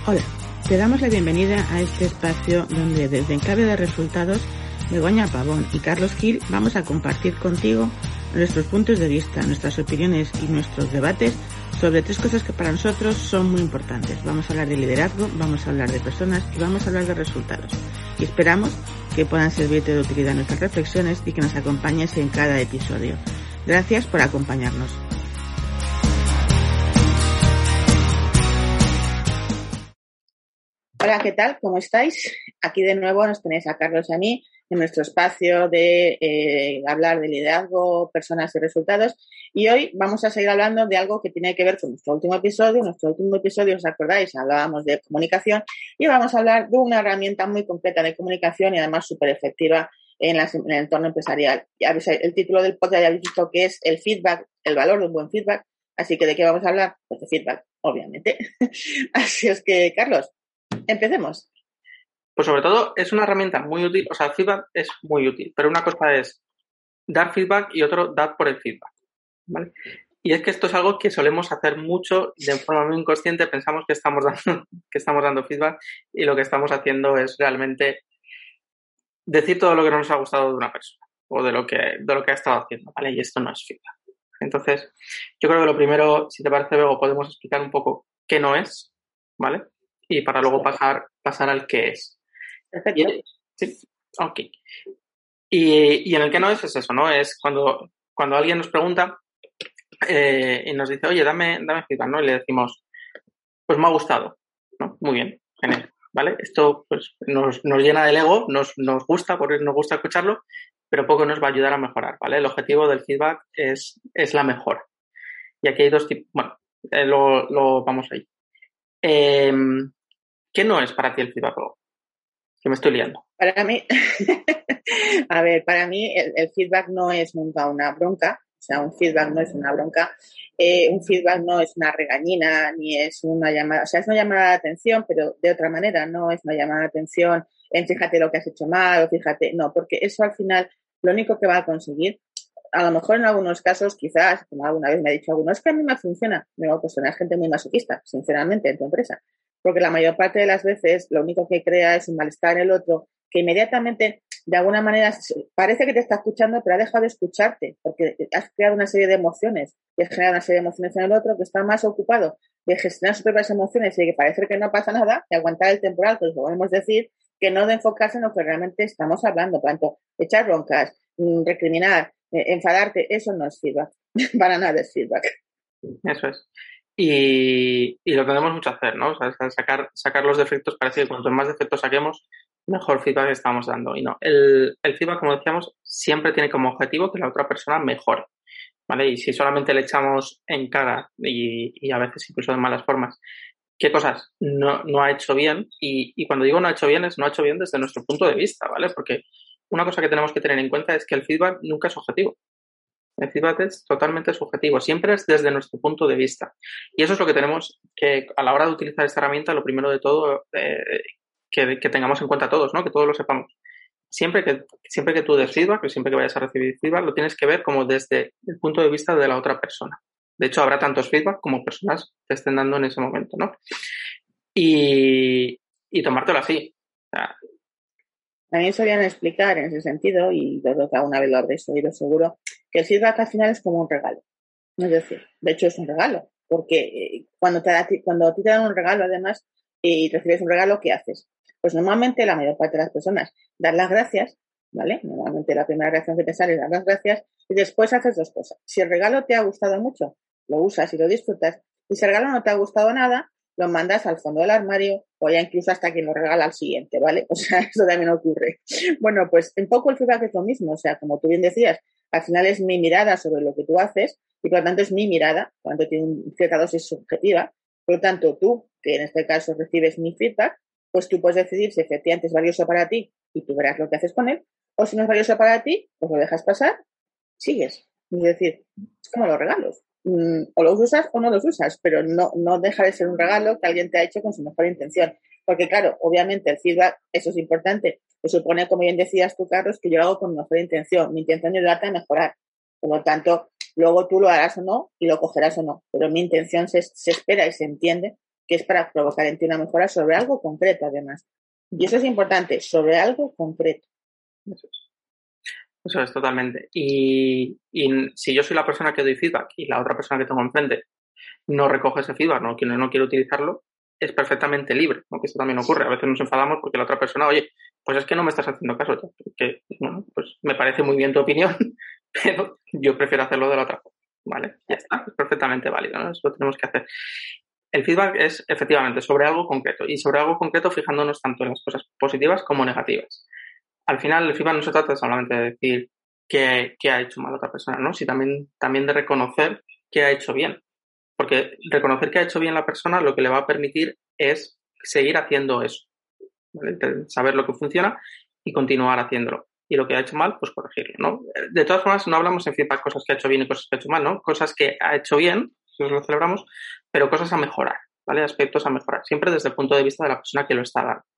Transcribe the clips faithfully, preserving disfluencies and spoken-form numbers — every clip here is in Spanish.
Hola, te damos la bienvenida a este espacio donde desde Enclave de Resultados, Begoña Pavón y Carlos Gil vamos a compartir contigo nuestros puntos de vista, nuestras opiniones y nuestros debates sobre tres cosas que para nosotros son muy importantes. Vamos a hablar de liderazgo, vamos a hablar de personas y vamos a hablar de resultados. Y esperamos que puedan servirte de utilidad nuestras reflexiones y que nos acompañes en cada episodio. Gracias por acompañarnos. Hola, ¿qué tal? ¿Cómo estáis? Aquí de nuevo nos tenéis a Carlos y a mí en nuestro espacio de eh, hablar de liderazgo, personas y resultados. Y hoy vamos a seguir hablando de algo que tiene que ver con nuestro último episodio. En nuestro último episodio, ¿os acordáis? Hablábamos de comunicación y vamos a hablar de una herramienta muy completa de comunicación y además súper efectiva en, la, en el entorno empresarial. Ya habéis, el título del podcast ya habéis visto que es el feedback, el valor de un buen feedback. Así que ¿de qué vamos a hablar? Pues de feedback, obviamente. Así es que, Carlos, empecemos. Pues sobre todo es una herramienta muy útil, o sea, el feedback es muy útil, pero una cosa es dar feedback y otro dar por el feedback, ¿vale? Y es que esto es algo que solemos hacer mucho de forma muy inconsciente, pensamos que estamos dando, que estamos dando feedback y lo que estamos haciendo es realmente decir todo lo que no nos ha gustado de una persona o de lo que, de lo que ha estado haciendo, ¿vale? Y esto no es feedback. Entonces, yo creo que lo primero, si te parece, luego podemos explicar un poco qué no es, ¿vale? Y para luego pasar, pasar al qué es. Perfecto. Y, sí, ok. Y, y en el que no es, es eso, ¿no? Es cuando, cuando alguien nos pregunta eh, y nos dice, oye, dame, dame feedback, ¿no? Y le decimos, pues me ha gustado, ¿no? Muy bien, genial, ¿vale? Esto pues nos, nos llena del ego, nos, nos gusta, porque nos gusta escucharlo, pero poco nos va a ayudar a mejorar, ¿vale? El objetivo del feedback es, es la mejora. Y aquí hay dos tipos, bueno, eh, lo, lo vamos ahí. Eh, ¿Qué no es para ti el feedback? Que me estoy liando. Para mí, a ver, para mí el, el feedback no es nunca una bronca, o sea, un feedback no es una bronca, eh, un feedback no es una regañina, ni es una llamada, o sea, es una llamada de atención, pero de otra manera, no es una llamada de atención en fíjate lo que has hecho mal o fíjate, no, porque eso al final lo único que va a conseguir, a lo mejor en algunos casos, quizás, como alguna vez me ha dicho alguno, es que a mí me funciona, no, pues tenés gente muy masoquista, sinceramente, en tu empresa. Porque la mayor parte de las veces lo único que crea es un malestar en el otro, que inmediatamente, de alguna manera, parece que te está escuchando, pero ha dejado de escucharte, porque has creado una serie de emociones y has generado una serie de emociones en el otro que está más ocupado de gestionar sus propias emociones y de que parece que no pasa nada, de aguantar el temporal, pues lo podemos decir, que no de enfocarse en lo que realmente estamos hablando. Por tanto, echar broncas, recriminar, enfadarte, eso no es feedback. Para nada es feedback. Eso es. Y, y lo tenemos mucho a hacer, ¿no? O sea, sacar, sacar los defectos, parece que cuanto más defectos saquemos, mejor feedback estamos dando. Y no, el, el feedback, como decíamos, siempre tiene como objetivo que la otra persona mejore, ¿vale? Y si solamente le echamos en cara y, y a veces incluso de malas formas qué cosas no, no ha hecho bien, y, y cuando digo no ha hecho bien es no ha hecho bien desde nuestro punto de vista, ¿vale? Porque una cosa que tenemos que tener en cuenta es que el feedback nunca es objetivo. El feedback es totalmente subjetivo, siempre es desde nuestro punto de vista. Y eso es lo que tenemos que, a la hora de utilizar esta herramienta, lo primero de todo, eh, que, que tengamos en cuenta todos, ¿no? Que todos lo sepamos. Siempre que, siempre que tú des feedback, siempre que vayas a recibir feedback, lo tienes que ver como desde el punto de vista de la otra persona. De hecho, habrá tantos feedback como personas te estén dando en ese momento, ¿no? Y, y tomártelo así. O sea, también solían explicar en ese sentido, y yo creo que alguna vez lo habréis oído seguro, que el feedback al final es como un regalo. Es decir, de hecho es un regalo, porque cuando, te, cuando a ti te dan un regalo, además, y recibes un regalo, ¿qué haces? Pues normalmente la mayor parte de las personas dan las gracias, ¿vale? Normalmente la primera reacción que te sale es dar las gracias, y después haces dos cosas. Si el regalo te ha gustado mucho, lo usas y lo disfrutas, y si el regalo no te ha gustado nada, lo mandas al fondo del armario o ya incluso hasta quien lo regala al siguiente, ¿vale? O sea, eso también ocurre. Bueno, pues un poco el feedback es lo mismo, o sea, como tú bien decías, al final es mi mirada sobre lo que tú haces y por lo tanto es mi mirada, por lo tanto tiene una cierta dosis subjetiva, por lo tanto tú, que en este caso recibes mi feedback, pues tú puedes decidir si efectivamente es valioso para ti y tú verás lo que haces con él, o si no es valioso para ti, pues lo dejas pasar, sigues. Es decir, es como los regalos. O los usas o no los usas, pero no, no deja de ser un regalo que alguien te ha hecho con su mejor intención. Porque claro, obviamente el feedback, eso es importante. Se supone, como bien decías tú, Carlos, que yo lo hago con mejor intención. Mi intención es ayudarte a mejorar. Por lo tanto, luego tú lo harás o no y lo cogerás o no. Pero mi intención se, se espera y se entiende que es para provocar en ti una mejora sobre algo concreto, además. Y eso es importante, sobre algo concreto. Eso es, eso es totalmente. Y, y si yo soy la persona que doy feedback y la otra persona que tengo enfrente no recoge ese feedback, no, no, no quiere utilizarlo, es perfectamente libre, ¿no? Que esto también ocurre. A veces nos enfadamos porque la otra persona, oye, pues es que no me estás haciendo caso, porque, bueno, pues me parece muy bien tu opinión, pero yo prefiero hacerlo de la otra forma, ¿vale? Ya está, es perfectamente válido, ¿no? Eso lo tenemos que hacer. El feedback es efectivamente sobre algo concreto y sobre algo concreto fijándonos tanto en las cosas positivas como negativas. Al final, el feedback no se trata solamente de decir qué, qué ha hecho mal otra persona, ¿no? Sino también, también de reconocer qué ha hecho bien. Porque reconocer que ha hecho bien la persona lo que le va a permitir es seguir haciendo eso, ¿vale? Saber lo que funciona y continuar haciéndolo. Y lo que ha hecho mal, pues corregirlo, ¿no? De todas formas, no hablamos en feedback cosas que ha hecho bien y cosas que ha hecho mal, ¿no? Cosas que ha hecho bien, eso lo celebramos, pero cosas a mejorar, ¿vale? Aspectos a mejorar, siempre desde el punto de vista de la persona que lo está dando.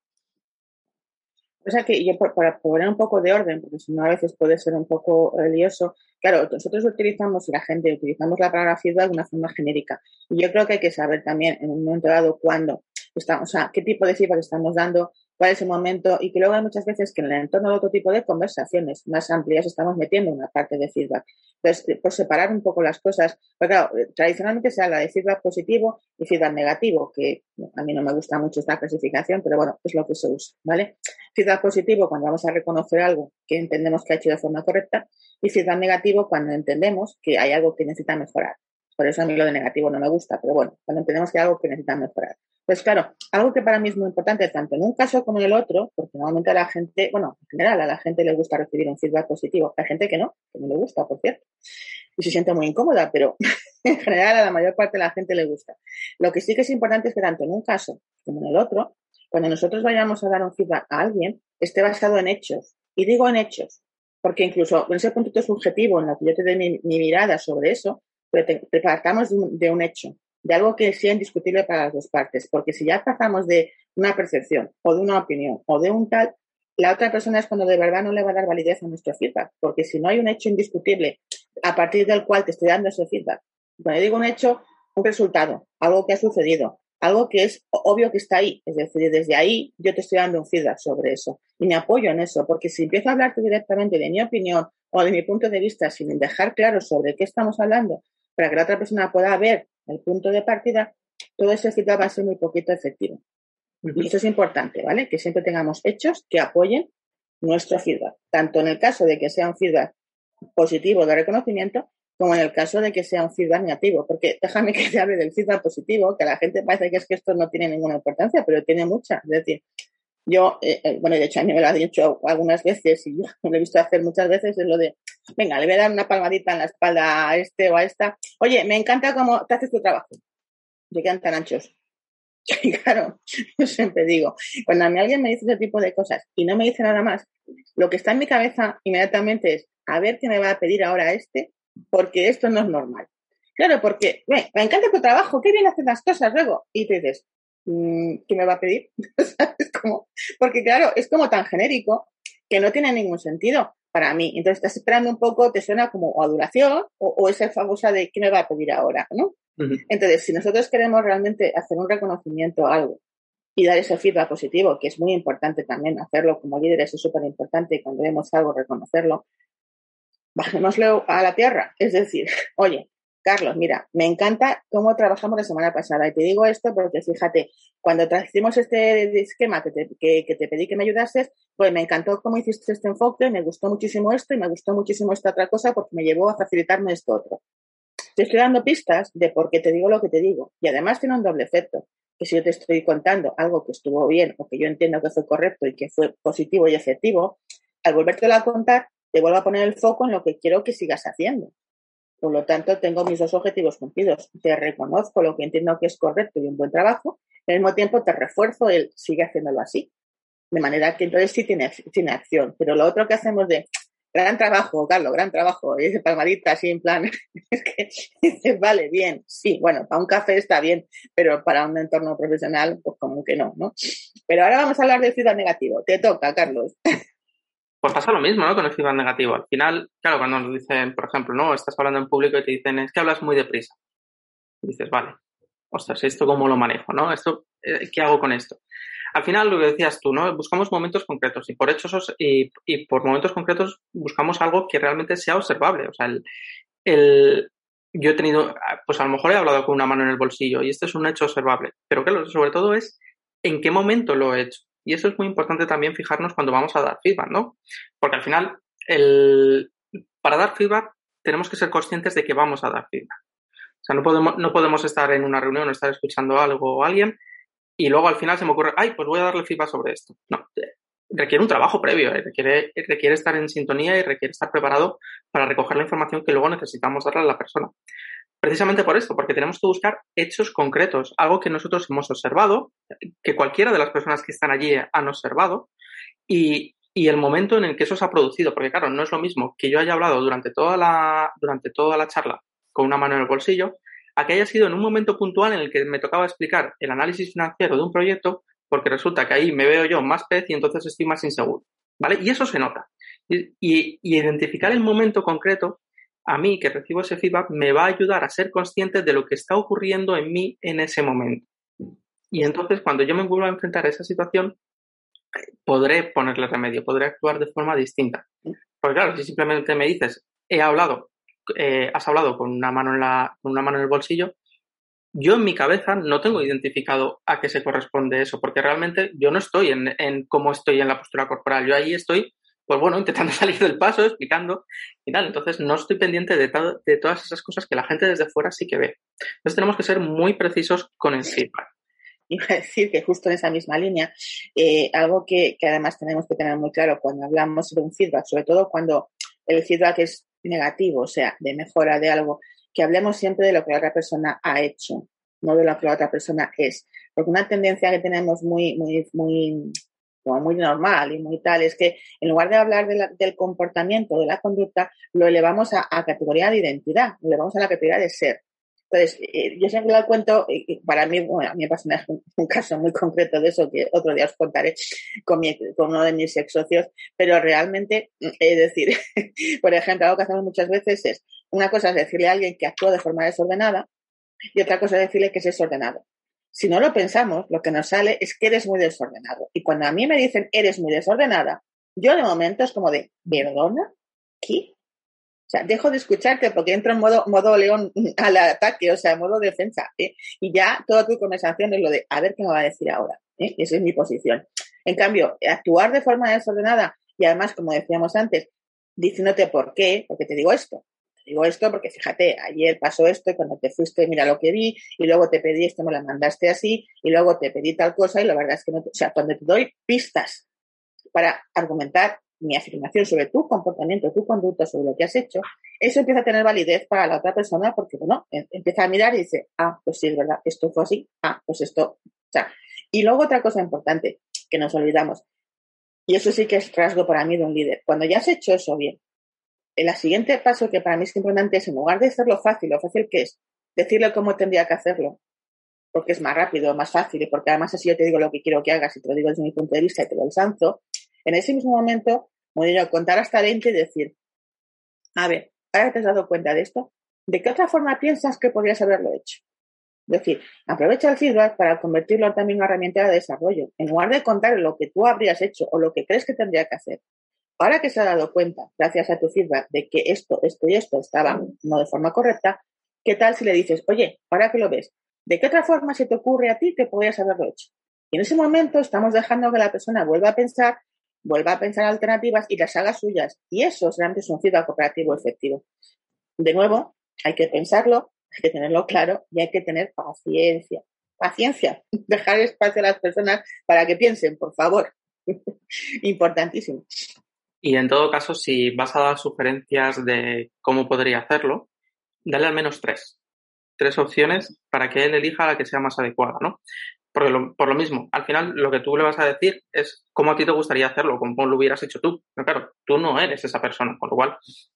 O sea que yo, para poner un poco de orden, porque si no a veces puede ser un poco eh, lioso, claro, nosotros utilizamos, y la gente utilizamos la palabra feedback de una forma genérica. Y yo creo que hay que saber también en un momento dado cuándo estamos, o sea, qué tipo de feedback estamos dando, cuál es el momento, y que luego hay muchas veces que en el entorno de otro tipo de conversaciones más amplias estamos metiendo una parte de feedback. Entonces, por separar un poco las cosas, porque claro, tradicionalmente se habla de feedback positivo y feedback negativo, que a mí no me gusta mucho esta clasificación, pero bueno, es lo que se usa, ¿vale? Feedback positivo cuando vamos a reconocer algo que entendemos que ha hecho de forma correcta y feedback negativo cuando entendemos que hay algo que necesita mejorar. Por eso a mí lo de negativo no me gusta, pero bueno, cuando entendemos que hay algo que necesita mejorar. Pues claro, algo que para mí es muy importante, tanto en un caso como en el otro, porque normalmente a la gente, bueno, en general a la gente le gusta recibir un feedback positivo. Hay gente que no, que no le gusta, por cierto, y se siente muy incómoda, pero en general a la mayor parte de la gente le gusta. Lo que sí que es importante es que tanto en un caso como en el otro, cuando nosotros vayamos a dar un feedback a alguien, esté basado en hechos. Y digo en hechos, porque incluso en ese punto subjetivo en el que yo te dé mi, mi mirada sobre eso, pero te, te partamos de un, de un hecho, de algo que sea indiscutible para las dos partes. Porque si ya pasamos de una percepción o de una opinión o de un tal, la otra persona es cuando de verdad no le va a dar validez a nuestro feedback. Porque si no hay un hecho indiscutible a partir del cual te estoy dando ese feedback, cuando digo un hecho, un resultado, algo que ha sucedido, algo que es obvio que está ahí. Es decir, desde ahí yo te estoy dando un feedback sobre eso y me apoyo en eso, porque si empiezo a hablarte directamente de mi opinión o de mi punto de vista sin dejar claro sobre qué estamos hablando para que la otra persona pueda ver el punto de partida, todo ese feedback va a ser muy poquito efectivo. Y eso es importante, ¿vale? Que siempre tengamos hechos que apoyen nuestro feedback, tanto en el caso de que sea un feedback positivo de reconocimiento, como en el caso de que sea un feedback negativo, porque déjame que te hable del feedback positivo, que a la gente parece que es que esto no tiene ninguna importancia, pero tiene mucha. Es decir, yo, eh, bueno, de hecho a mí me lo han dicho algunas veces y yo lo he visto hacer muchas veces, es lo de, venga, le voy a dar una palmadita en la espalda a este o a esta. Oye, me encanta cómo te haces tu trabajo. Se quedan tan anchos. Y claro, yo siempre digo, cuando a mí alguien me dice ese tipo de cosas y no me dice nada más, lo que está en mi cabeza inmediatamente es, a ver qué me va a pedir ahora este, porque esto no es normal. Claro, porque me, me encanta tu trabajo, qué bien haces las cosas luego. Y tú dices, ¿qué me va a pedir? Es como, porque claro, es como tan genérico que no tiene ningún sentido para mí. Entonces estás esperando un poco, te suena como adulación o, o esa famosa de ¿qué me va a pedir ahora? ¿No? Uh-huh. Entonces, si nosotros queremos realmente hacer un reconocimiento a algo y dar ese feedback positivo, que es muy importante también hacerlo como líderes, es súper importante y cuando vemos algo reconocerlo, bajémoslo a la tierra. Es decir, oye, Carlos, mira, me encanta cómo trabajamos la semana pasada y te digo esto porque fíjate, cuando hicimos este esquema que te, que, que te pedí que me ayudases, pues me encantó cómo hiciste este enfoque, me gustó muchísimo esto y me gustó muchísimo esta otra cosa porque me llevó a facilitarme esto otro. Te estoy dando pistas de por qué te digo lo que te digo y además tiene un doble efecto, que si yo te estoy contando algo que estuvo bien o que yo entiendo que fue correcto y que fue positivo y efectivo, al volvértelo a contar, te vuelvo a poner el foco en lo que quiero que sigas haciendo. Por lo tanto, tengo mis dos objetivos cumplidos. Te reconozco lo que entiendo que es correcto y un buen trabajo. Y al mismo tiempo te refuerzo el sigue haciéndolo así. De manera que entonces sí tiene, tiene acción. Pero lo otro que hacemos de gran trabajo, Carlos, gran trabajo, y dice palmadita así en plan, es que dices, vale, bien, sí, bueno, para un café está bien, pero para un entorno profesional, pues como que no, ¿no? Pero ahora vamos a hablar del feedback negativo. Te toca, Carlos. Pues pasa lo mismo, ¿no? Con el feedback negativo. Al final, claro, cuando nos dicen, por ejemplo, no, estás hablando en público y te dicen, es que hablas muy deprisa. Y dices, vale, ostras, ¿esto cómo lo manejo, no? Esto, eh, ¿qué hago con esto? Al final, lo que decías tú, ¿no? Buscamos momentos concretos y por hechos y, y por momentos concretos buscamos algo que realmente sea observable. O sea, el, el, yo he tenido, pues a lo mejor he hablado con una mano en el bolsillo y este es un hecho observable, pero claro, sobre todo es en qué momento lo he hecho. Y eso es muy importante también fijarnos cuando vamos a dar feedback, ¿no? Porque al final, el, para dar feedback tenemos que ser conscientes de que vamos a dar feedback. O sea, no podemos, no podemos estar en una reunión o estar escuchando algo o alguien y luego al final se me ocurre, ay, pues voy a darle feedback sobre esto. No, requiere un trabajo previo, ¿eh? requiere, requiere estar en sintonía y requiere estar preparado para recoger la información que luego necesitamos darle a la persona. Precisamente por esto, porque tenemos que buscar hechos concretos, algo que nosotros hemos observado, que cualquiera de las personas que están allí han observado y, y el momento en el que eso se ha producido, porque claro, no es lo mismo que yo haya hablado durante toda la, durante toda la charla con una mano en el bolsillo, a que haya sido en un momento puntual en el que me tocaba explicar el análisis financiero de un proyecto, porque resulta que ahí me veo yo más pez y entonces estoy más inseguro, ¿vale? Y eso se nota. Y, y, y identificar el momento concreto, a mí que recibo ese feedback, me va a ayudar a ser consciente de lo que está ocurriendo en mí en ese momento. Y entonces, cuando yo me vuelva a enfrentar a esa situación, podré ponerle remedio, podré actuar de forma distinta. Porque claro, si simplemente me dices, he hablado, eh, has hablado con una mano en la, con una mano en el bolsillo, yo en mi cabeza no tengo identificado a qué se corresponde eso, porque realmente yo no estoy en, en cómo estoy en la postura corporal. Yo ahí estoy, pues bueno, intentando salir del paso, explicando y tal. Entonces no estoy pendiente de, to- de todas esas cosas que la gente desde fuera sí que ve. Entonces tenemos que ser muy precisos con el feedback. Iba a decir que justo en esa misma línea, eh, algo que, que además tenemos que tener muy claro cuando hablamos de un feedback, sobre todo cuando el feedback es negativo, o sea, de mejora de algo, que hablemos siempre de lo que la otra persona ha hecho, no de lo que la otra persona es. Porque una tendencia que tenemos muy, muy, muy, como muy normal y muy tal, es que en lugar de hablar de la, del comportamiento, de la conducta, lo elevamos a, a categoría de identidad, lo elevamos a la categoría de ser. Entonces, eh, yo siempre lo cuento, y para mí, bueno, a mí me pasa un, un caso muy concreto de eso que otro día os contaré con, mi, con uno de mis ex socios, pero realmente, es decir, por ejemplo, algo que hacemos muchas veces es, una cosa es decirle a alguien que actúa de forma desordenada y otra cosa es decirle que es desordenado. Si no lo pensamos, lo que nos sale es que eres muy desordenado. Y cuando a mí me dicen eres muy desordenada, yo de momento es como de, ¿perdona? ¿Qué? O sea, dejo de escucharte porque entro en modo, modo león al ataque, o sea, modo defensa. ¿eh? Y ya toda tu conversación es lo de, a ver qué me va a decir ahora. ¿eh? Esa es mi posición. En cambio, actuar de forma desordenada y además, como decíamos antes, diciéndote por qué, porque te digo esto. Te digo esto porque fíjate, ayer pasó esto y cuando te fuiste, mira lo que vi y luego te pedí esto, me lo mandaste así y luego te pedí tal cosa y la verdad es que no te, o sea, cuando te doy pistas para argumentar mi afirmación sobre tu comportamiento, tu conducta, sobre lo que has hecho, eso empieza a tener validez para la otra persona porque, bueno, empieza a mirar y dice, ah, pues sí, es verdad, esto fue así, ah, pues esto, o sea. Y luego otra cosa importante que nos olvidamos, y eso sí que es rasgo para mí de un líder, cuando ya has hecho eso bien, el siguiente paso que para mí es importante es, en lugar de hacerlo fácil, lo fácil que es, decirle cómo tendría que hacerlo, porque es más rápido, más fácil, y porque además así yo te digo lo que quiero que hagas y te lo digo desde mi punto de vista y te lo ensanzo. En ese mismo momento, voy a contar hasta veinte y decir, a ver, ahora te has dado cuenta de esto, ¿de qué otra forma piensas que podrías haberlo hecho? Es decir, aprovecha el feedback para convertirlo también en una herramienta de desarrollo. En lugar de contar lo que tú habrías hecho o lo que crees que tendría que hacer, ahora que se ha dado cuenta, gracias a tu feedback, de que esto, esto y esto estaban no de forma correcta, ¿qué tal si le dices, oye, ahora que lo ves, ¿de qué otra forma se te ocurre a ti que podrías haberlo hecho? Y en ese momento estamos dejando que la persona vuelva a pensar, vuelva a pensar alternativas y las haga suyas. Y eso realmente es un feedback cooperativo efectivo. De nuevo, hay que pensarlo, hay que tenerlo claro y hay que tener paciencia. Paciencia. Dejar espacio a las personas para que piensen, por favor. Importantísimo. Y en todo caso, si vas a dar sugerencias de cómo podría hacerlo, dale al menos tres. Tres opciones para que él elija la que sea más adecuada, ¿no? Porque lo, por lo mismo, al final lo que tú le vas a decir es cómo a ti te gustaría hacerlo, cómo lo hubieras hecho tú. Pero claro, tú no eres esa persona, con lo cual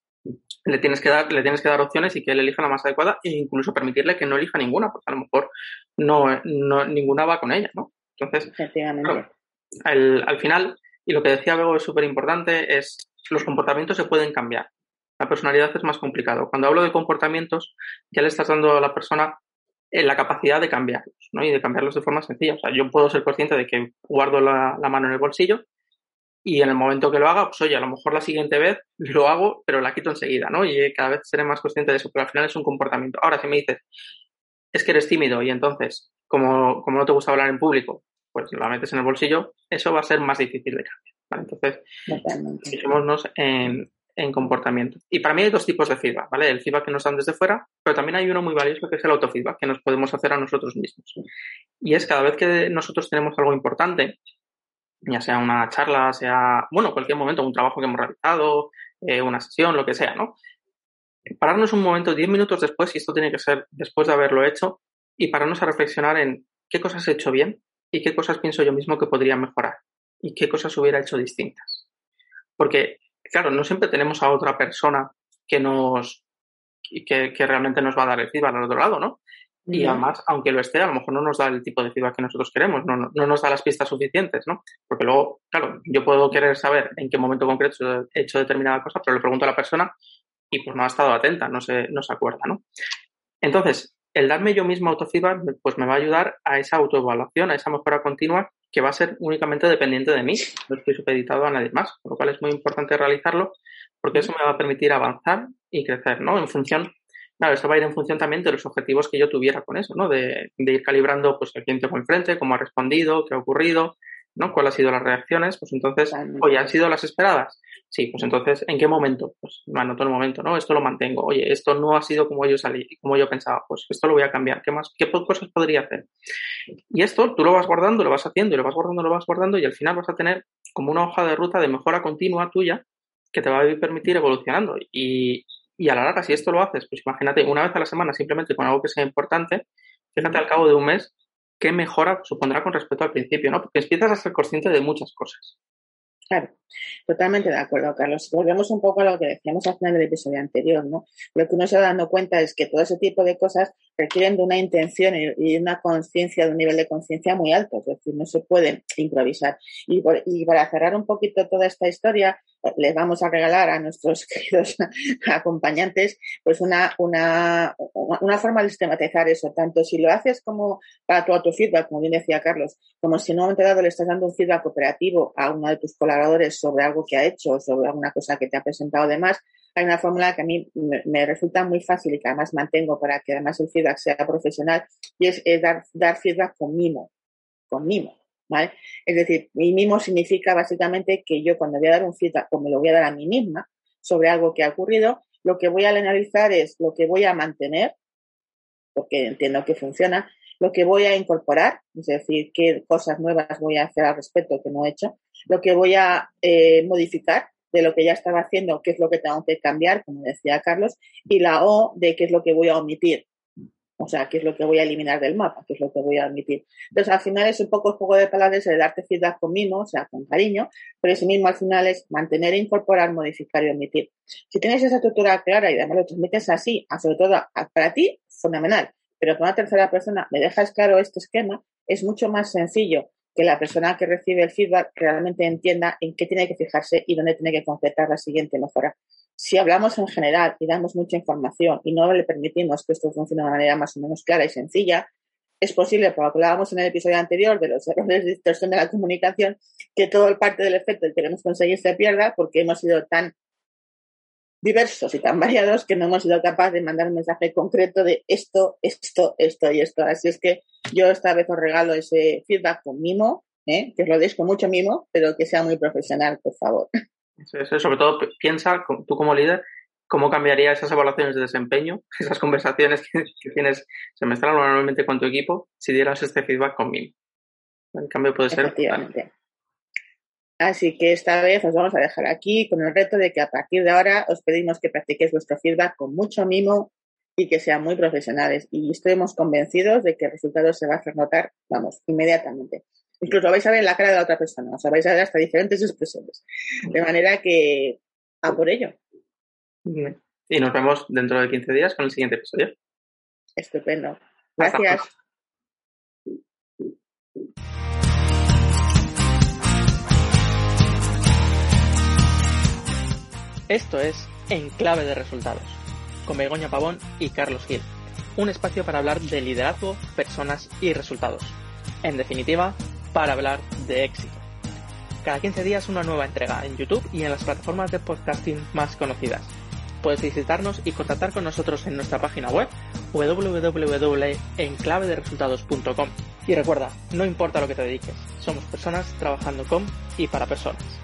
le tienes que dar, le tienes que dar opciones y que él elija la más adecuada e incluso permitirle que no elija ninguna, porque a lo mejor no, no ninguna va con ella, ¿no? Entonces, efectivamente. Al, al final, y lo que decía luego es súper importante, es los comportamientos se pueden cambiar. La personalidad es más complicado. Cuando hablo de comportamientos, ya le estás dando a la persona eh, la capacidad de cambiarlos, ¿no? Y de cambiarlos de forma sencilla. O sea, yo puedo ser consciente de que guardo la, la mano en el bolsillo y en el momento que lo haga, pues oye, a lo mejor la siguiente vez lo hago, pero la quito enseguida, ¿no? Y cada vez seré más consciente de eso, pero al final es un comportamiento. Ahora, si me dices, es que eres tímido y entonces, como, como no te gusta hablar en público, pues la metes en el bolsillo, eso va a ser más difícil de cambiar, ¿vale? Entonces, fijémonos en, en comportamiento. Y para mí hay dos tipos de feedback, ¿vale? El feedback que nos dan desde fuera, pero también hay uno muy valioso que es el autofeedback, que nos podemos hacer a nosotros mismos. Y es cada vez que nosotros tenemos algo importante, ya sea una charla, sea, bueno, cualquier momento, un trabajo que hemos realizado, eh, una sesión, lo que sea, ¿no? Pararnos un momento, diez minutos después, y esto tiene que ser después de haberlo hecho, y pararnos a reflexionar en qué cosas he hecho bien y qué cosas pienso yo mismo que podría mejorar y qué cosas hubiera hecho distintas. Porque, claro, no siempre tenemos a otra persona que nos que, que realmente nos va a dar el feedback al otro lado, ¿no? Uh-huh. Y además, aunque lo esté, a lo mejor no nos da el tipo de feedback que nosotros queremos, no, no, no nos da las pistas suficientes, ¿no? Porque luego, claro, yo puedo querer saber en qué momento concreto he hecho determinada cosa, pero le pregunto a la persona y pues no ha estado atenta, no se, no se acuerda, ¿no? Entonces, el darme yo mismo autofeedback pues me va a ayudar a esa autoevaluación, a esa mejora continua que va a ser únicamente dependiente de mí, no estoy supeditado a nadie más, por lo cual es muy importante realizarlo porque eso me va a permitir avanzar y crecer, ¿no? En función, claro, eso va a ir en función también de los objetivos que yo tuviera con eso, ¿no? De, de ir calibrando pues a quién tengo enfrente, cómo ha respondido, qué ha ocurrido, ¿no? ¿Cuáles han sido las reacciones? Pues entonces, oye, ¿han sido las esperadas? Sí, pues entonces, ¿en qué momento? Pues me anoto el momento, ¿no? Esto lo mantengo. Oye, esto no ha sido como yo salí, como yo pensaba. Pues esto lo voy a cambiar. ¿Qué más? ¿Qué cosas podría hacer? Y esto tú lo vas guardando, lo vas haciendo, y lo vas guardando, lo vas guardando, y al final vas a tener como una hoja de ruta de mejora continua tuya que te va a permitir evolucionando. Y, y a la larga, si esto lo haces, pues imagínate, una vez a la semana simplemente con algo que sea importante, fíjate al cabo de un mes qué mejora supondrá con respecto al principio, ¿no? Porque empiezas a ser consciente de muchas cosas. Claro, totalmente de acuerdo, Carlos. Volvemos un poco a lo que decíamos al final del episodio anterior, ¿no? Lo que uno se va dando cuenta es que todo ese tipo de cosas requieren de una intención y una conciencia, de un nivel de conciencia muy alto, es decir, no se puede improvisar. Y, por, y para cerrar un poquito toda esta historia, les vamos a regalar a nuestros queridos acompañantes pues una, una, una forma de sistematizar eso, tanto si lo haces como para tu autofeedback, como bien decía Carlos, como si en un momento dado le estás dando un feedback cooperativo a uno de tus colaboradores sobre algo que ha hecho, sobre alguna cosa que te ha presentado demás. Hay una fórmula que a mí me, me resulta muy fácil y que además mantengo para que además el feedback sea profesional, y es, es dar, dar feedback con mimo, con mimo, ¿vale? Es decir, mi mimo significa básicamente que yo cuando voy a dar un feedback, o me lo voy a dar a mí misma sobre algo que ha ocurrido, lo que voy a analizar es lo que voy a mantener, porque entiendo que funciona, lo que voy a incorporar, es decir, qué cosas nuevas voy a hacer al respecto que no he hecho, lo que voy a eh, modificar de lo que ya estaba haciendo, qué es lo que tengo que cambiar, como decía Carlos, y la O de qué es lo que voy a omitir, o sea, qué es lo que voy a eliminar del mapa, qué es lo que voy a omitir. Entonces, al final es un poco el juego de palabras de darte feedback con mimo, o sea, con cariño, pero ese mismo al final es mantener, incorporar, modificar y omitir. Si tienes esa estructura clara y además lo transmites así, sobre todo para ti, fenomenal, pero para una tercera persona me dejas claro este esquema, es mucho más sencillo que la persona que recibe el feedback realmente entienda en qué tiene que fijarse y dónde tiene que concretar la siguiente mejora. Si hablamos en general y damos mucha información y no le permitimos que esto funcione de una manera más o menos clara y sencilla, es posible, por lo que hablábamos en el episodio anterior de los errores de distorsión de la comunicación, que todo el parte del efecto que queremos conseguir se pierda porque hemos sido tan diversos y tan variados que no hemos sido capaces de mandar un mensaje concreto de esto, esto, esto y esto. Así es que yo esta vez os regalo ese feedback con mimo, ¿eh? Que os lo deis con mucho mimo, pero que sea muy profesional, por favor. Eso, eso, sobre todo piensa, tú como líder, cómo cambiaría esas evaluaciones de desempeño, esas conversaciones que, que tienes semestral o normalmente con tu equipo, si dieras este feedback con mimo. El cambio puede ser... Efectivamente. Así que esta vez os vamos a dejar aquí con el reto de que a partir de ahora os pedimos que practiquéis vuestro feedback con mucho mimo y que sean muy profesionales. Y estamos convencidos de que el resultado se va a hacer notar, vamos, inmediatamente. Incluso vais a ver la cara de la otra persona, o sea, vais a ver hasta diferentes expresiones. De manera que, a por ello. Y nos vemos dentro de quince días con el siguiente episodio. Estupendo. Gracias. Esto es En Clave de Resultados, con Begoña Pavón y Carlos Gil. un espacio para hablar de liderazgo, personas y resultados. En definitiva, para hablar de éxito. Cada quince días una nueva entrega en YouTube y en las plataformas de podcasting más conocidas. Puedes visitarnos y contactar con nosotros en nuestra página web doble u doble u doble u punto en clave de resultados punto com. Y recuerda, no importa lo que te dediques, somos personas trabajando con y para personas.